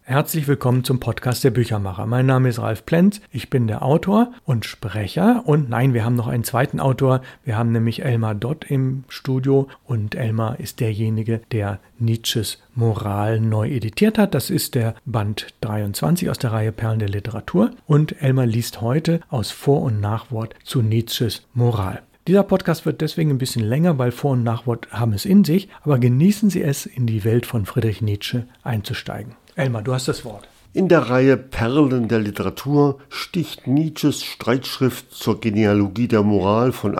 Herzlich willkommen zum Podcast der Büchermacher. Mein Name ist Ralf Plenz, ich bin der Autor und Sprecher und nein, wir haben noch einen zweiten Autor. Wir haben nämlich Elmar Dott im Studio und Elmar ist derjenige, der Nietzsches Moral neu editiert hat. Das ist der Band 23 aus der Reihe Perlen der Literatur und Elmar liest heute aus Vor- und Nachwort zu Nietzsches Moral. Dieser Podcast wird deswegen ein bisschen länger, weil Vor- und Nachwort haben es in sich, aber genießen Sie es, in die Welt von Friedrich Nietzsche einzusteigen. Elmar, du hast das Wort. In der Reihe Perlen der Literatur sticht Nietzsches Streitschrift zur Genealogie der Moral von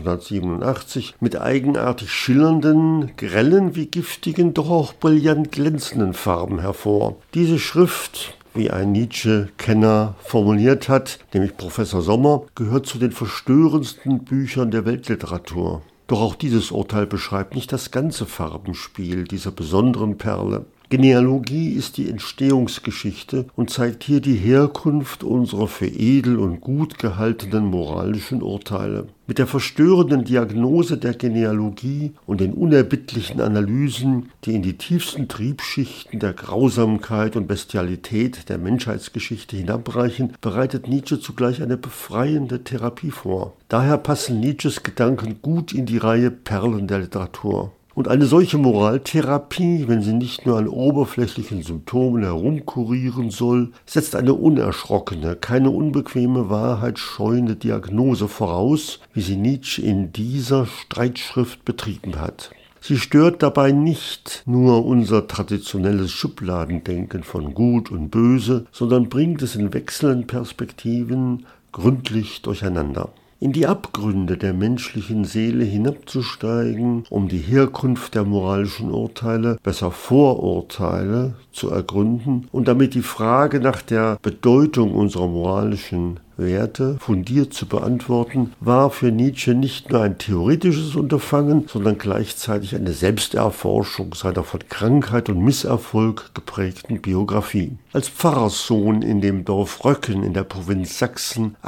1887 mit eigenartig schillernden, grellen wie giftigen, doch auch brillant glänzenden Farben hervor. Diese Schrift, wie ein Nietzsche-Kenner formuliert hat, nämlich Professor Sommer, gehört zu den verstörendsten Büchern der Weltliteratur. Doch auch dieses Urteil beschreibt nicht das ganze Farbenspiel dieser besonderen Perle. Genealogie ist die Entstehungsgeschichte und zeigt hier die Herkunft unserer für edel und gut gehaltenen moralischen Urteile. Mit der verstörenden Diagnose der Genealogie und den unerbittlichen Analysen, die in die tiefsten Triebschichten der Grausamkeit und Bestialität der Menschheitsgeschichte hinabreichen, bereitet Nietzsche zugleich eine befreiende Therapie vor. Daher passen Nietzsches Gedanken gut in die Reihe Perlen der Literatur. Und eine solche Moraltherapie, wenn sie nicht nur an oberflächlichen Symptomen herumkurieren soll, setzt eine unerschrockene, keine unbequeme Wahrheit scheuende Diagnose voraus, wie sie Nietzsche in dieser Streitschrift betrieben hat. Sie stört dabei nicht nur unser traditionelles Schubladendenken von Gut und Böse, sondern bringt es in wechselnden Perspektiven gründlich durcheinander. In die Abgründe der menschlichen Seele hinabzusteigen, um die Herkunft der moralischen Urteile, besser Vorurteile, zu ergründen und damit die Frage nach der Bedeutung unserer moralischen Werte fundiert zu beantworten, war für Nietzsche nicht nur ein theoretisches Unterfangen, sondern gleichzeitig eine Selbsterforschung seiner von Krankheit und Misserfolg geprägten Biografie. Als Pfarrerssohn in dem Dorf Röcken in der Provinz Sachsen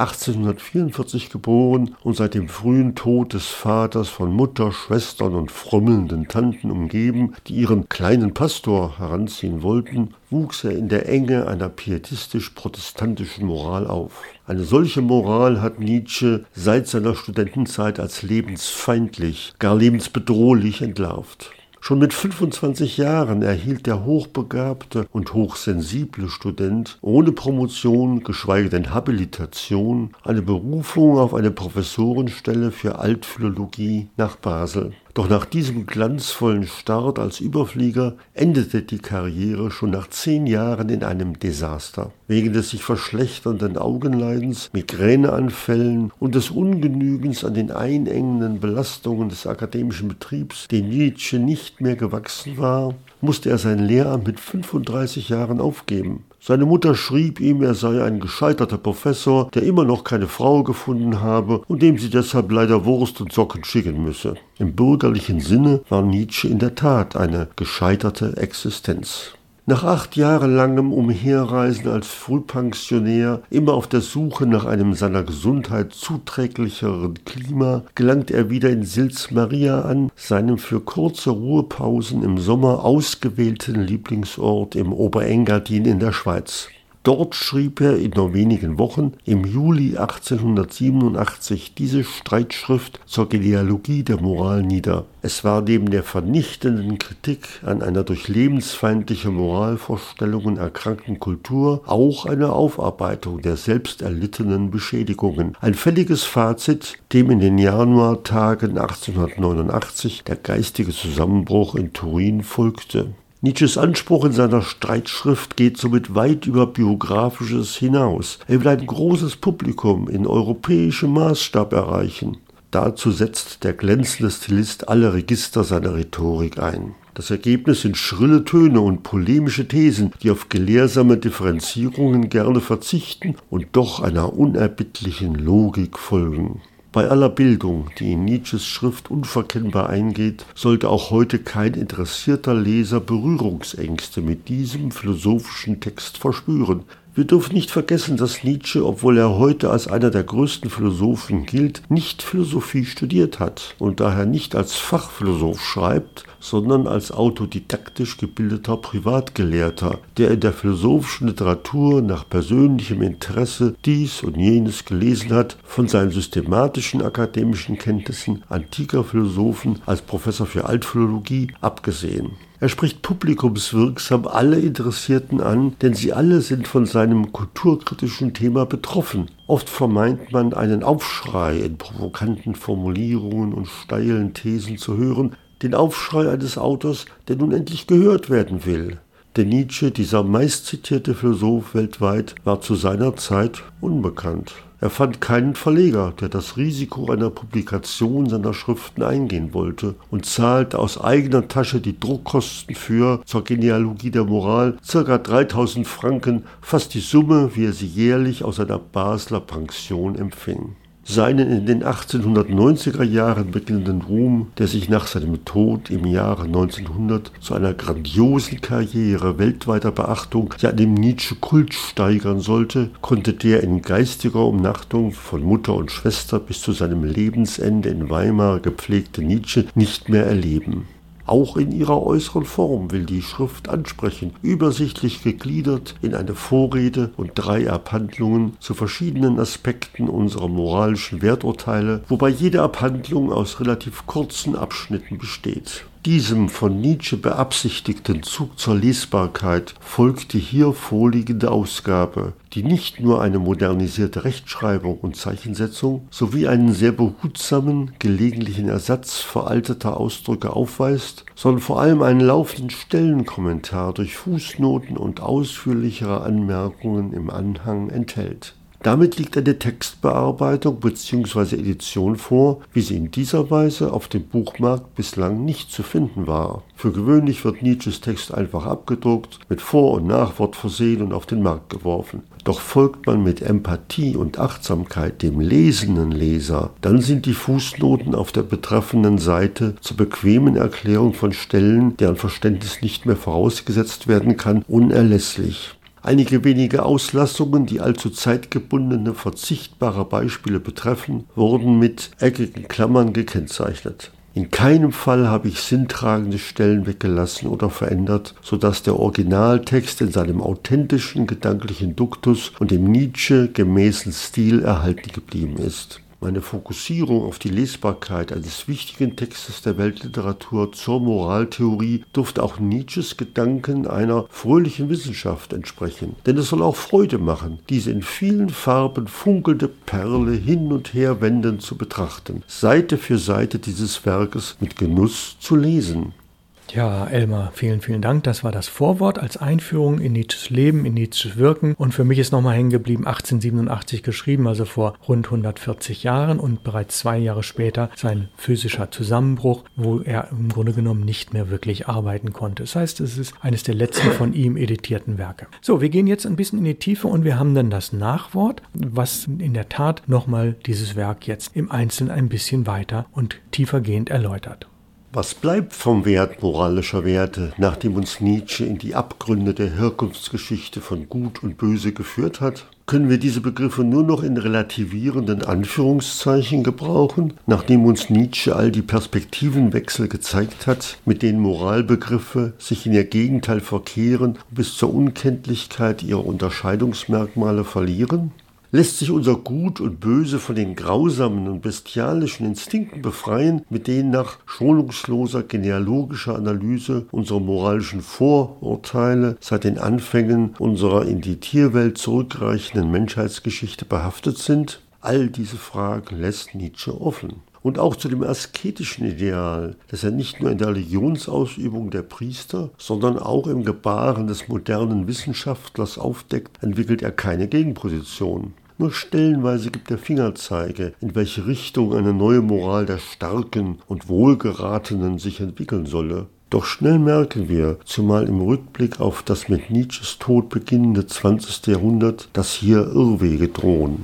1844 geboren und seit dem frühen Tod des Vaters von Mutter, Schwestern und frömmelnden Tanten umgeben, die ihren kleinen Pastor heranziehen wollten, wuchs er in der Enge einer pietistisch-protestantischen Moral auf. Eine solche Moral hat Nietzsche seit seiner Studentenzeit als lebensfeindlich, gar lebensbedrohlich entlarvt. Schon mit 25 Jahren erhielt der hochbegabte und hochsensible Student ohne Promotion, geschweige denn Habilitation, eine Berufung auf eine Professorenstelle für Altphilologie nach Basel. Doch nach diesem glanzvollen Start als Überflieger endete die Karriere schon nach 10 Jahren in einem Desaster. Wegen des sich verschlechternden Augenleidens, Migräneanfällen und des Ungenügens an den einengenden Belastungen des akademischen Betriebs, dem Nietzsche nicht mehr gewachsen war, musste er sein Lehramt mit 35 Jahren aufgeben. Seine Mutter schrieb ihm, er sei ein gescheiterter Professor, der immer noch keine Frau gefunden habe und dem sie deshalb leider Wurst und Socken schicken müsse. Im bürgerlichen Sinne war Nietzsche in der Tat eine gescheiterte Existenz. Nach 8 Jahre langem Umherreisen als Frühpensionär, immer auf der Suche nach einem seiner Gesundheit zuträglicheren Klima, gelangt er wieder in Sils Maria an, seinem für kurze Ruhepausen im Sommer ausgewählten Lieblingsort im Oberengadin in der Schweiz. Dort schrieb er in nur wenigen Wochen im Juli 1887 diese Streitschrift zur Genealogie der Moral nieder. Es war neben der vernichtenden Kritik an einer durch lebensfeindliche Moralvorstellungen erkrankten Kultur auch eine Aufarbeitung der selbst erlittenen Beschädigungen. Ein fälliges Fazit, dem in den Januartagen 1889 der geistige Zusammenbruch in Turin folgte. Nietzsches Anspruch in seiner Streitschrift geht somit weit über Biografisches hinaus. Er will ein großes Publikum in europäischem Maßstab erreichen. Dazu setzt der glänzende Stilist alle Register seiner Rhetorik ein. Das Ergebnis sind schrille Töne und polemische Thesen, die auf gelehrsame Differenzierungen gerne verzichten und doch einer unerbittlichen Logik folgen. Bei aller Bildung, die in Nietzsches Schrift unverkennbar eingeht, sollte auch heute kein interessierter Leser Berührungsängste mit diesem philosophischen Text verspüren. Wir dürfen nicht vergessen, dass Nietzsche, obwohl er heute als einer der größten Philosophen gilt, nicht Philosophie studiert hat und daher nicht als Fachphilosoph schreibt, sondern als autodidaktisch gebildeter Privatgelehrter, der in der philosophischen Literatur nach persönlichem Interesse dies und jenes gelesen hat, von seinen systematischen akademischen Kenntnissen antiker Philosophen als Professor für Altphilologie abgesehen. Er spricht publikumswirksam alle Interessierten an, denn sie alle sind von seinem kulturkritischen Thema betroffen. Oft vermeint man einen Aufschrei in provokanten Formulierungen und steilen Thesen zu hören, den Aufschrei eines Autors, der nun endlich gehört werden will. Denn Nietzsche, dieser meistzitierte Philosoph weltweit, war zu seiner Zeit unbekannt. Er fand keinen Verleger, der das Risiko einer Publikation seiner Schriften eingehen wollte und zahlte aus eigener Tasche die Druckkosten für zur Genealogie der Moral ca. 3.000 Franken, fast die Summe, wie er sie jährlich aus einer Basler Pension empfing. Seinen in den 1890er Jahren beginnenden Ruhm, der sich nach seinem Tod im Jahre 1900 zu einer grandiosen Karriere weltweiter Beachtung, ja dem Nietzsche-Kult steigern sollte, konnte der in geistiger Umnachtung von Mutter und Schwester bis zu seinem Lebensende in Weimar gepflegte Nietzsche nicht mehr erleben. Auch in ihrer äußeren Form will die Schrift ansprechen, übersichtlich gegliedert in eine Vorrede und 3 Abhandlungen zu verschiedenen Aspekten unserer moralischen Werturteile, wobei jede Abhandlung aus relativ kurzen Abschnitten besteht. Diesem von Nietzsche beabsichtigten Zug zur Lesbarkeit folgt die hier vorliegende Ausgabe, die nicht nur eine modernisierte Rechtschreibung und Zeichensetzung sowie einen sehr behutsamen, gelegentlichen Ersatz veralteter Ausdrücke aufweist, sondern vor allem einen laufenden Stellenkommentar durch Fußnoten und ausführlichere Anmerkungen im Anhang enthält. Damit liegt eine Textbearbeitung bzw. Edition vor, wie sie in dieser Weise auf dem Buchmarkt bislang nicht zu finden war. Für gewöhnlich wird Nietzsches Text einfach abgedruckt, mit Vor- und Nachwort versehen und auf den Markt geworfen. Doch folgt man mit Empathie und Achtsamkeit dem lesenden Leser, dann sind die Fußnoten auf der betreffenden Seite zur bequemen Erklärung von Stellen, deren Verständnis nicht mehr vorausgesetzt werden kann, unerlässlich. Einige wenige Auslassungen, die allzu zeitgebundene, verzichtbare Beispiele betreffen, wurden mit eckigen Klammern gekennzeichnet. In keinem Fall habe ich sinntragende Stellen weggelassen oder verändert, sodass der Originaltext in seinem authentischen gedanklichen Duktus und dem Nietzsche gemäßen Stil erhalten geblieben ist. Meine Fokussierung auf die Lesbarkeit eines wichtigen Textes der Weltliteratur zur Moraltheorie dürfte auch Nietzsches Gedanken einer fröhlichen Wissenschaft entsprechen. Denn es soll auch Freude machen, diese in vielen Farben funkelnde Perle hin und her wendend zu betrachten, Seite für Seite dieses Werkes mit Genuss zu lesen. Ja, Elmar, vielen, vielen Dank. Das war das Vorwort als Einführung in Nietzsches Leben, in Nietzsches Wirken. Und für mich ist nochmal hängen geblieben, 1887 geschrieben, also vor rund 140 Jahren und bereits 2 Jahre später sein physischer Zusammenbruch, wo er im Grunde genommen nicht mehr wirklich arbeiten konnte. Das heißt, es ist eines der letzten von ihm editierten Werke. So, wir gehen jetzt ein bisschen in die Tiefe und wir haben dann das Nachwort, was in der Tat nochmal dieses Werk jetzt im Einzelnen ein bisschen weiter und tiefergehend erläutert. Was bleibt vom Wert moralischer Werte, nachdem uns Nietzsche in die Abgründe der Herkunftsgeschichte von Gut und Böse geführt hat? Können wir diese Begriffe nur noch in relativierenden Anführungszeichen gebrauchen, nachdem uns Nietzsche all die Perspektivenwechsel gezeigt hat, mit denen Moralbegriffe sich in ihr Gegenteil verkehren und bis zur Unkenntlichkeit ihrer Unterscheidungsmerkmale verlieren? Lässt sich unser Gut und Böse von den grausamen und bestialischen Instinkten befreien, mit denen nach schonungsloser genealogischer Analyse unsere moralischen Vorurteile seit den Anfängen unserer in die Tierwelt zurückreichenden Menschheitsgeschichte behaftet sind? All diese Fragen lässt Nietzsche offen. Und auch zu dem asketischen Ideal, das er nicht nur in der Religionsausübung der Priester, sondern auch im Gebaren des modernen Wissenschaftlers aufdeckt, entwickelt er keine Gegenposition. Nur stellenweise gibt er Fingerzeige, in welche Richtung eine neue Moral der Starken und Wohlgeratenen sich entwickeln solle. Doch schnell merken wir, zumal im Rückblick auf das mit Nietzsches Tod beginnende 20. Jahrhundert, dass hier Irrwege drohen.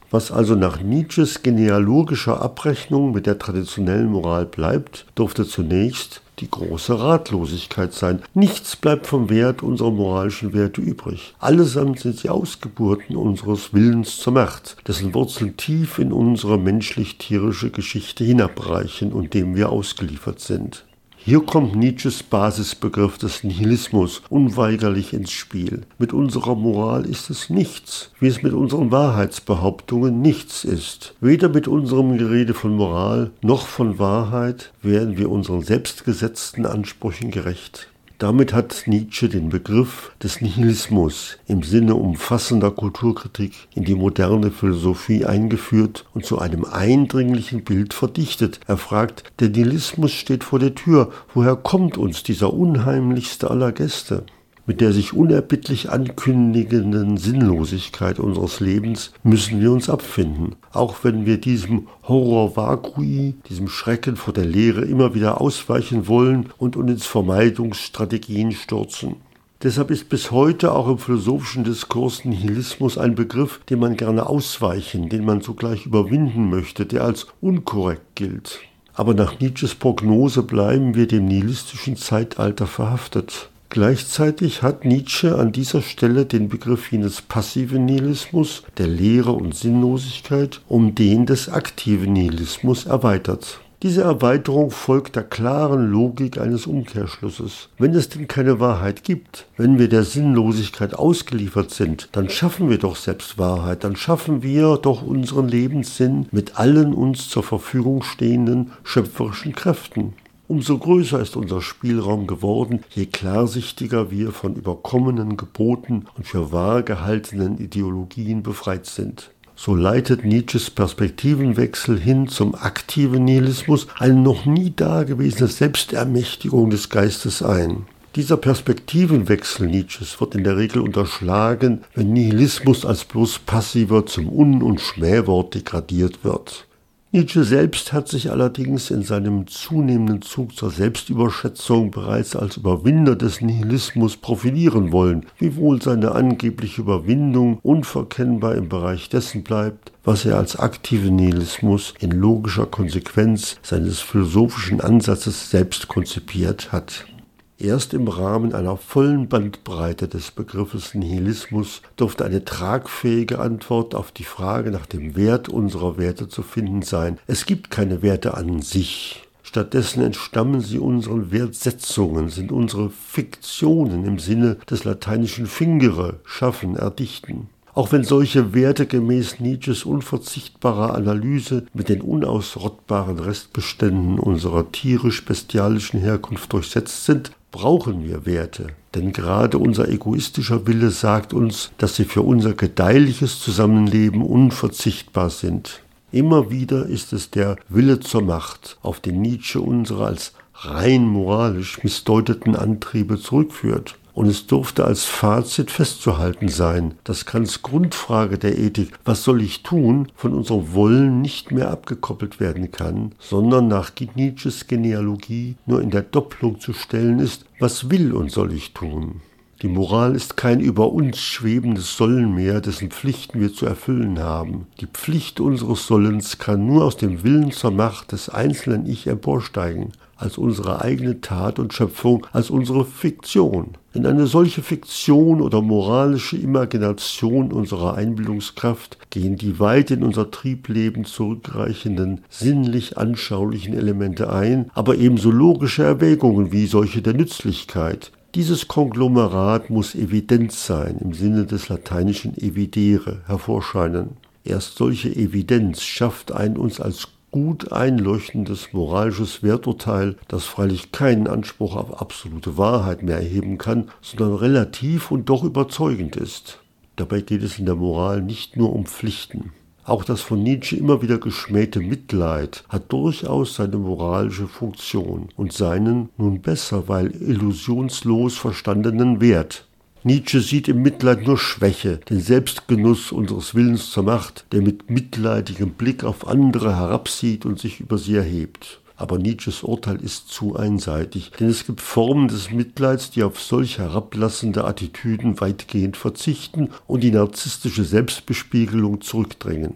Was also nach Nietzsches genealogischer Abrechnung mit der traditionellen Moral bleibt, dürfte zunächst die große Ratlosigkeit sein. Nichts bleibt vom Wert unserer moralischen Werte übrig. Allesamt sind sie Ausgeburten unseres Willens zur Macht, dessen Wurzeln tief in unsere menschlich-tierische Geschichte hinabreichen und dem wir ausgeliefert sind. Hier kommt Nietzsches Basisbegriff des Nihilismus unweigerlich ins Spiel. Mit unserer Moral ist es nichts, wie es mit unseren Wahrheitsbehauptungen nichts ist. Weder mit unserem Gerede von Moral noch von Wahrheit werden wir unseren selbstgesetzten Ansprüchen gerecht. Damit hat Nietzsche den Begriff des Nihilismus im Sinne umfassender Kulturkritik in die moderne Philosophie eingeführt und zu einem eindringlichen Bild verdichtet. Er fragt, der Nihilismus steht vor der Tür, woher kommt uns dieser unheimlichste aller Gäste? Mit der sich unerbittlich ankündigenden Sinnlosigkeit unseres Lebens müssen wir uns abfinden, auch wenn wir diesem Horror vacui, diesem Schrecken vor der Leere immer wieder ausweichen wollen und uns ins Vermeidungsstrategien stürzen. Deshalb ist bis heute auch im philosophischen Diskurs Nihilismus ein Begriff, den man gerne ausweichen, den man zugleich überwinden möchte, der als unkorrekt gilt. Aber nach Nietzsches Prognose bleiben wir dem nihilistischen Zeitalter verhaftet. Gleichzeitig hat Nietzsche an dieser Stelle den Begriff jenes passiven Nihilismus, der Leere und Sinnlosigkeit, um den des aktiven Nihilismus erweitert. Diese Erweiterung folgt der klaren Logik eines Umkehrschlusses. Wenn es denn keine Wahrheit gibt, wenn wir der Sinnlosigkeit ausgeliefert sind, dann schaffen wir doch selbst Wahrheit, dann schaffen wir doch unseren Lebenssinn mit allen uns zur Verfügung stehenden schöpferischen Kräften. Umso größer ist unser Spielraum geworden, je klarsichtiger wir von überkommenen Geboten und für wahr gehaltenen Ideologien befreit sind. So leitet Nietzsches Perspektivenwechsel hin zum aktiven Nihilismus eine noch nie dagewesene Selbstermächtigung des Geistes ein. Dieser Perspektivenwechsel Nietzsches wird in der Regel unterschlagen, wenn Nihilismus als bloß passiver zum Un- und Schmähwort degradiert wird. Nietzsche selbst hat sich allerdings in seinem zunehmenden Zug zur Selbstüberschätzung bereits als Überwinder des Nihilismus profilieren wollen, wiewohl seine angebliche Überwindung unverkennbar im Bereich dessen bleibt, was er als aktiven Nihilismus in logischer Konsequenz seines philosophischen Ansatzes selbst konzipiert hat. Erst im Rahmen einer vollen Bandbreite des Begriffes Nihilismus dürfte eine tragfähige Antwort auf die Frage nach dem Wert unserer Werte zu finden sein. Es gibt keine Werte an sich. Stattdessen entstammen sie unseren Wertsetzungen, sind unsere Fiktionen im Sinne des lateinischen fingere, schaffen, erdichten. Auch wenn solche Werte gemäß Nietzsches unverzichtbarer Analyse mit den unausrottbaren Restbeständen unserer tierisch-bestialischen Herkunft durchsetzt sind, brauchen wir Werte. Denn gerade unser egoistischer Wille sagt uns, dass sie für unser gedeihliches Zusammenleben unverzichtbar sind. Immer wieder ist es der Wille zur Macht, auf den Nietzsche unsere als rein moralisch missdeuteten Antriebe zurückführt. Und es dürfte als Fazit festzuhalten sein, dass Kants Grundfrage der Ethik, was soll ich tun, von unserem Wollen nicht mehr abgekoppelt werden kann, sondern nach Nietzsches Genealogie nur in der Doppelung zu stellen ist, was will und soll ich tun? Die Moral ist kein über uns schwebendes Sollen mehr, dessen Pflichten wir zu erfüllen haben. Die Pflicht unseres Sollens kann nur aus dem Willen zur Macht des einzelnen Ich emporsteigen, als unsere eigene Tat und Schöpfung, als unsere Fiktion. In eine solche Fiktion oder moralische Imagination unserer Einbildungskraft gehen die weit in unser Triebleben zurückreichenden, sinnlich-anschaulichen Elemente ein, aber ebenso logische Erwägungen wie solche der Nützlichkeit. Dieses Konglomerat muss evident sein, im Sinne des lateinischen evidere, hervorscheinen. Erst solche Evidenz schafft ein uns als gut einleuchtendes moralisches Werturteil, das freilich keinen Anspruch auf absolute Wahrheit mehr erheben kann, sondern relativ und doch überzeugend ist. Dabei geht es in der Moral nicht nur um Pflichten. Auch das von Nietzsche immer wieder geschmähte Mitleid hat durchaus seine moralische Funktion und seinen, nun besser, weil illusionslos verstandenen Wert. Nietzsche sieht im Mitleid nur Schwäche, den Selbstgenuss unseres Willens zur Macht, der mit mitleidigem Blick auf andere herabsieht und sich über sie erhebt. Aber Nietzsches Urteil ist zu einseitig, denn es gibt Formen des Mitleids, die auf solch herablassende Attitüden weitgehend verzichten und die narzisstische Selbstbespiegelung zurückdrängen.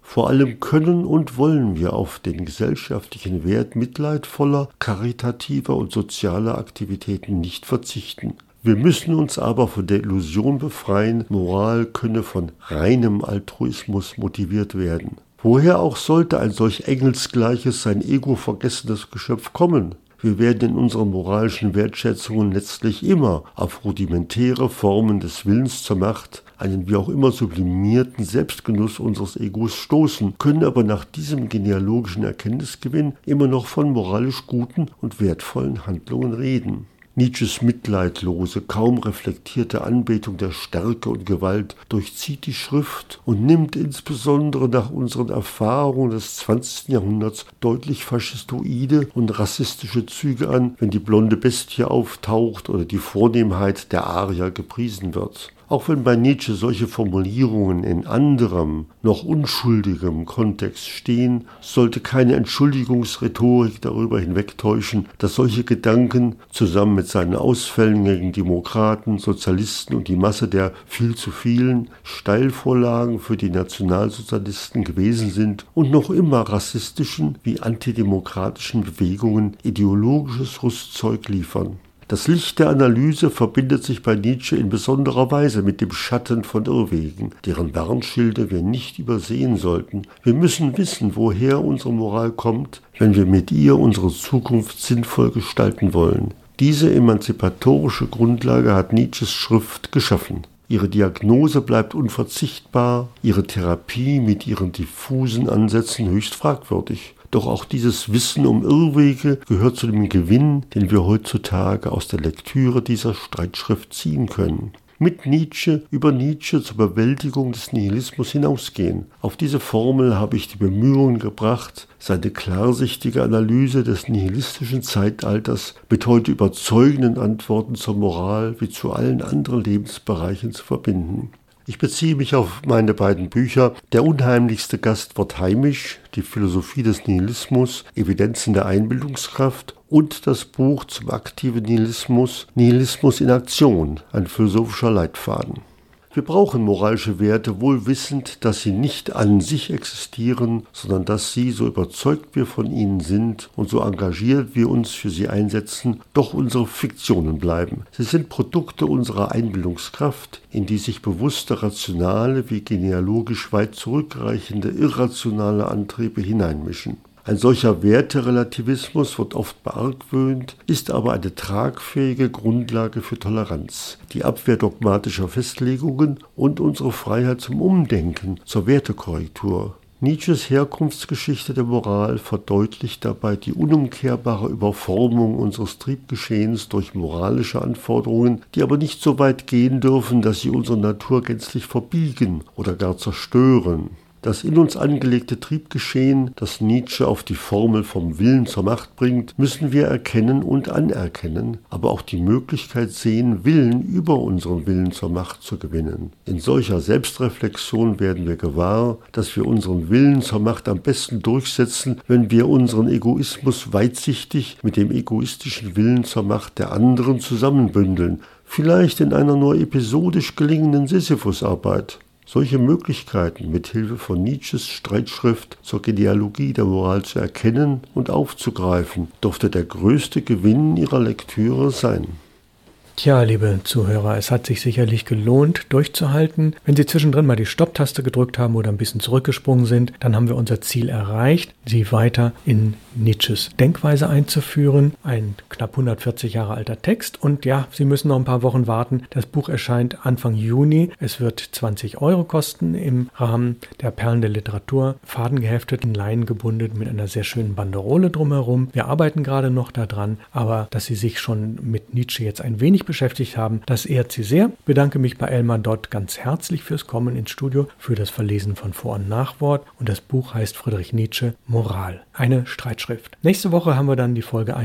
Vor allem können und wollen wir auf den gesellschaftlichen Wert mitleidvoller, karitativer und sozialer Aktivitäten nicht verzichten. Wir müssen uns aber von der Illusion befreien, Moral könne von reinem Altruismus motiviert werden. Woher auch sollte ein solch engelsgleiches, sein Ego vergessenes Geschöpf kommen? Wir werden in unseren moralischen Wertschätzungen letztlich immer auf rudimentäre Formen des Willens zur Macht, einen wie auch immer sublimierten Selbstgenuss unseres Egos stoßen, können aber nach diesem genealogischen Erkenntnisgewinn immer noch von moralisch guten und wertvollen Handlungen reden. Nietzsches mitleidlose, kaum reflektierte Anbetung der Stärke und Gewalt durchzieht die Schrift und nimmt insbesondere nach unseren Erfahrungen des 20. Jahrhunderts deutlich faschistoide und rassistische Züge an, wenn die blonde Bestie auftaucht oder die Vornehmheit der Arier gepriesen wird. Auch wenn bei Nietzsche solche Formulierungen in anderem, noch unschuldigem Kontext stehen, sollte keine Entschuldigungsrhetorik darüber hinwegtäuschen, dass solche Gedanken zusammen mit seinen Ausfällen gegen Demokraten, Sozialisten und die Masse der viel zu vielen Steilvorlagen für die Nationalsozialisten gewesen sind und noch immer rassistischen wie antidemokratischen Bewegungen ideologisches Rüstzeug liefern. Das Licht der Analyse verbindet sich bei Nietzsche in besonderer Weise mit dem Schatten von Irrwegen, deren Warnschilde wir nicht übersehen sollten. Wir müssen wissen, woher unsere Moral kommt, wenn wir mit ihr unsere Zukunft sinnvoll gestalten wollen. Diese emanzipatorische Grundlage hat Nietzsches Schrift geschaffen. Ihre Diagnose bleibt unverzichtbar, ihre Therapie mit ihren diffusen Ansätzen höchst fragwürdig. Doch auch dieses Wissen um Irrwege gehört zu dem Gewinn, den wir heutzutage aus der Lektüre dieser Streitschrift ziehen können. Mit Nietzsche über Nietzsche zur Bewältigung des Nihilismus hinausgehen. Auf diese Formel habe ich die Bemühungen gebracht, seine klarsichtige Analyse des nihilistischen Zeitalters mit heute überzeugenden Antworten zur Moral wie zu allen anderen Lebensbereichen zu verbinden. Ich beziehe mich auf meine beiden Bücher Der unheimlichste Gast wird heimisch, die Philosophie des Nihilismus, Evidenzen der Einbildungskraft und das Buch zum aktiven Nihilismus, Nihilismus in Aktion, ein philosophischer Leitfaden. Wir brauchen moralische Werte, wohl wissend, dass sie nicht an sich existieren, sondern dass sie, so überzeugt wir von ihnen sind und so engagiert wir uns für sie einsetzen, doch unsere Fiktionen bleiben. Sie sind Produkte unserer Einbildungskraft, in die sich bewusste rationale wie genealogisch weit zurückreichende irrationale Antriebe hineinmischen. Ein solcher Werterelativismus wird oft beargwöhnt, ist aber eine tragfähige Grundlage für Toleranz, die Abwehr dogmatischer Festlegungen und unsere Freiheit zum Umdenken, zur Wertekorrektur. Nietzsches Herkunftsgeschichte der Moral verdeutlicht dabei die unumkehrbare Überformung unseres Triebgeschehens durch moralische Anforderungen, die aber nicht so weit gehen dürfen, dass sie unsere Natur gänzlich verbiegen oder gar zerstören. Das in uns angelegte Triebgeschehen, das Nietzsche auf die Formel vom Willen zur Macht bringt, müssen wir erkennen und anerkennen, aber auch die Möglichkeit sehen, Willen über unseren Willen zur Macht zu gewinnen. In solcher Selbstreflexion werden wir gewahr, dass wir unseren Willen zur Macht am besten durchsetzen, wenn wir unseren Egoismus weitsichtig mit dem egoistischen Willen zur Macht der anderen zusammenbündeln, vielleicht in einer nur episodisch gelingenden Sisyphusarbeit. Solche Möglichkeiten mit Hilfe von Nietzsches Streitschrift zur Genealogie der Moral zu erkennen und aufzugreifen, dürfte der größte Gewinn ihrer Lektüre sein. Tja, liebe Zuhörer, es hat sich sicherlich gelohnt, durchzuhalten. Wenn Sie zwischendrin mal die Stopptaste gedrückt haben oder ein bisschen zurückgesprungen sind, dann haben wir unser Ziel erreicht, Sie weiter in Nietzsches Denkweise einzuführen. Ein knapp 140 Jahre alter Text. Und ja, Sie müssen noch ein paar Wochen warten. Das Buch erscheint Anfang Juni. Es wird 20 € kosten im Rahmen der Perlen der Literatur. Fadengeheftet, in Leinen gebunden mit einer sehr schönen Banderole drumherum. Wir arbeiten gerade noch daran, aber dass Sie sich schon mit Nietzsche jetzt ein wenig beschäftigt haben, das ehrt Sie sehr. Ich bedanke mich bei Elmar Dott ganz herzlich fürs Kommen ins Studio, für das Verlesen von Vor- und Nachwort. Und das Buch heißt Friedrich Nietzsche, Moral. Eine Streitschrift. Nächste Woche haben wir dann die Folge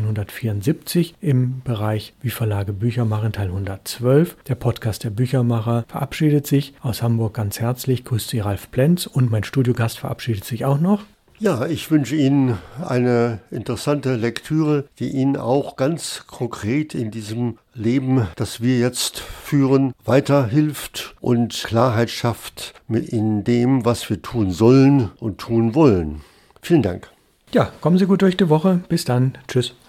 174 im Bereich Wie Verlage Bücher machen, Teil 112. Der Podcast der Büchermacher verabschiedet sich aus Hamburg ganz herzlich. Grüßt Sie Ralf Plenz und mein Studiogast verabschiedet sich auch noch. Ja, ich wünsche Ihnen eine interessante Lektüre, die Ihnen auch ganz konkret in diesem Leben, das wir jetzt führen, weiterhilft und Klarheit schafft in dem, was wir tun sollen und tun wollen. Vielen Dank. Ja, kommen Sie gut durch die Woche. Bis dann. Tschüss.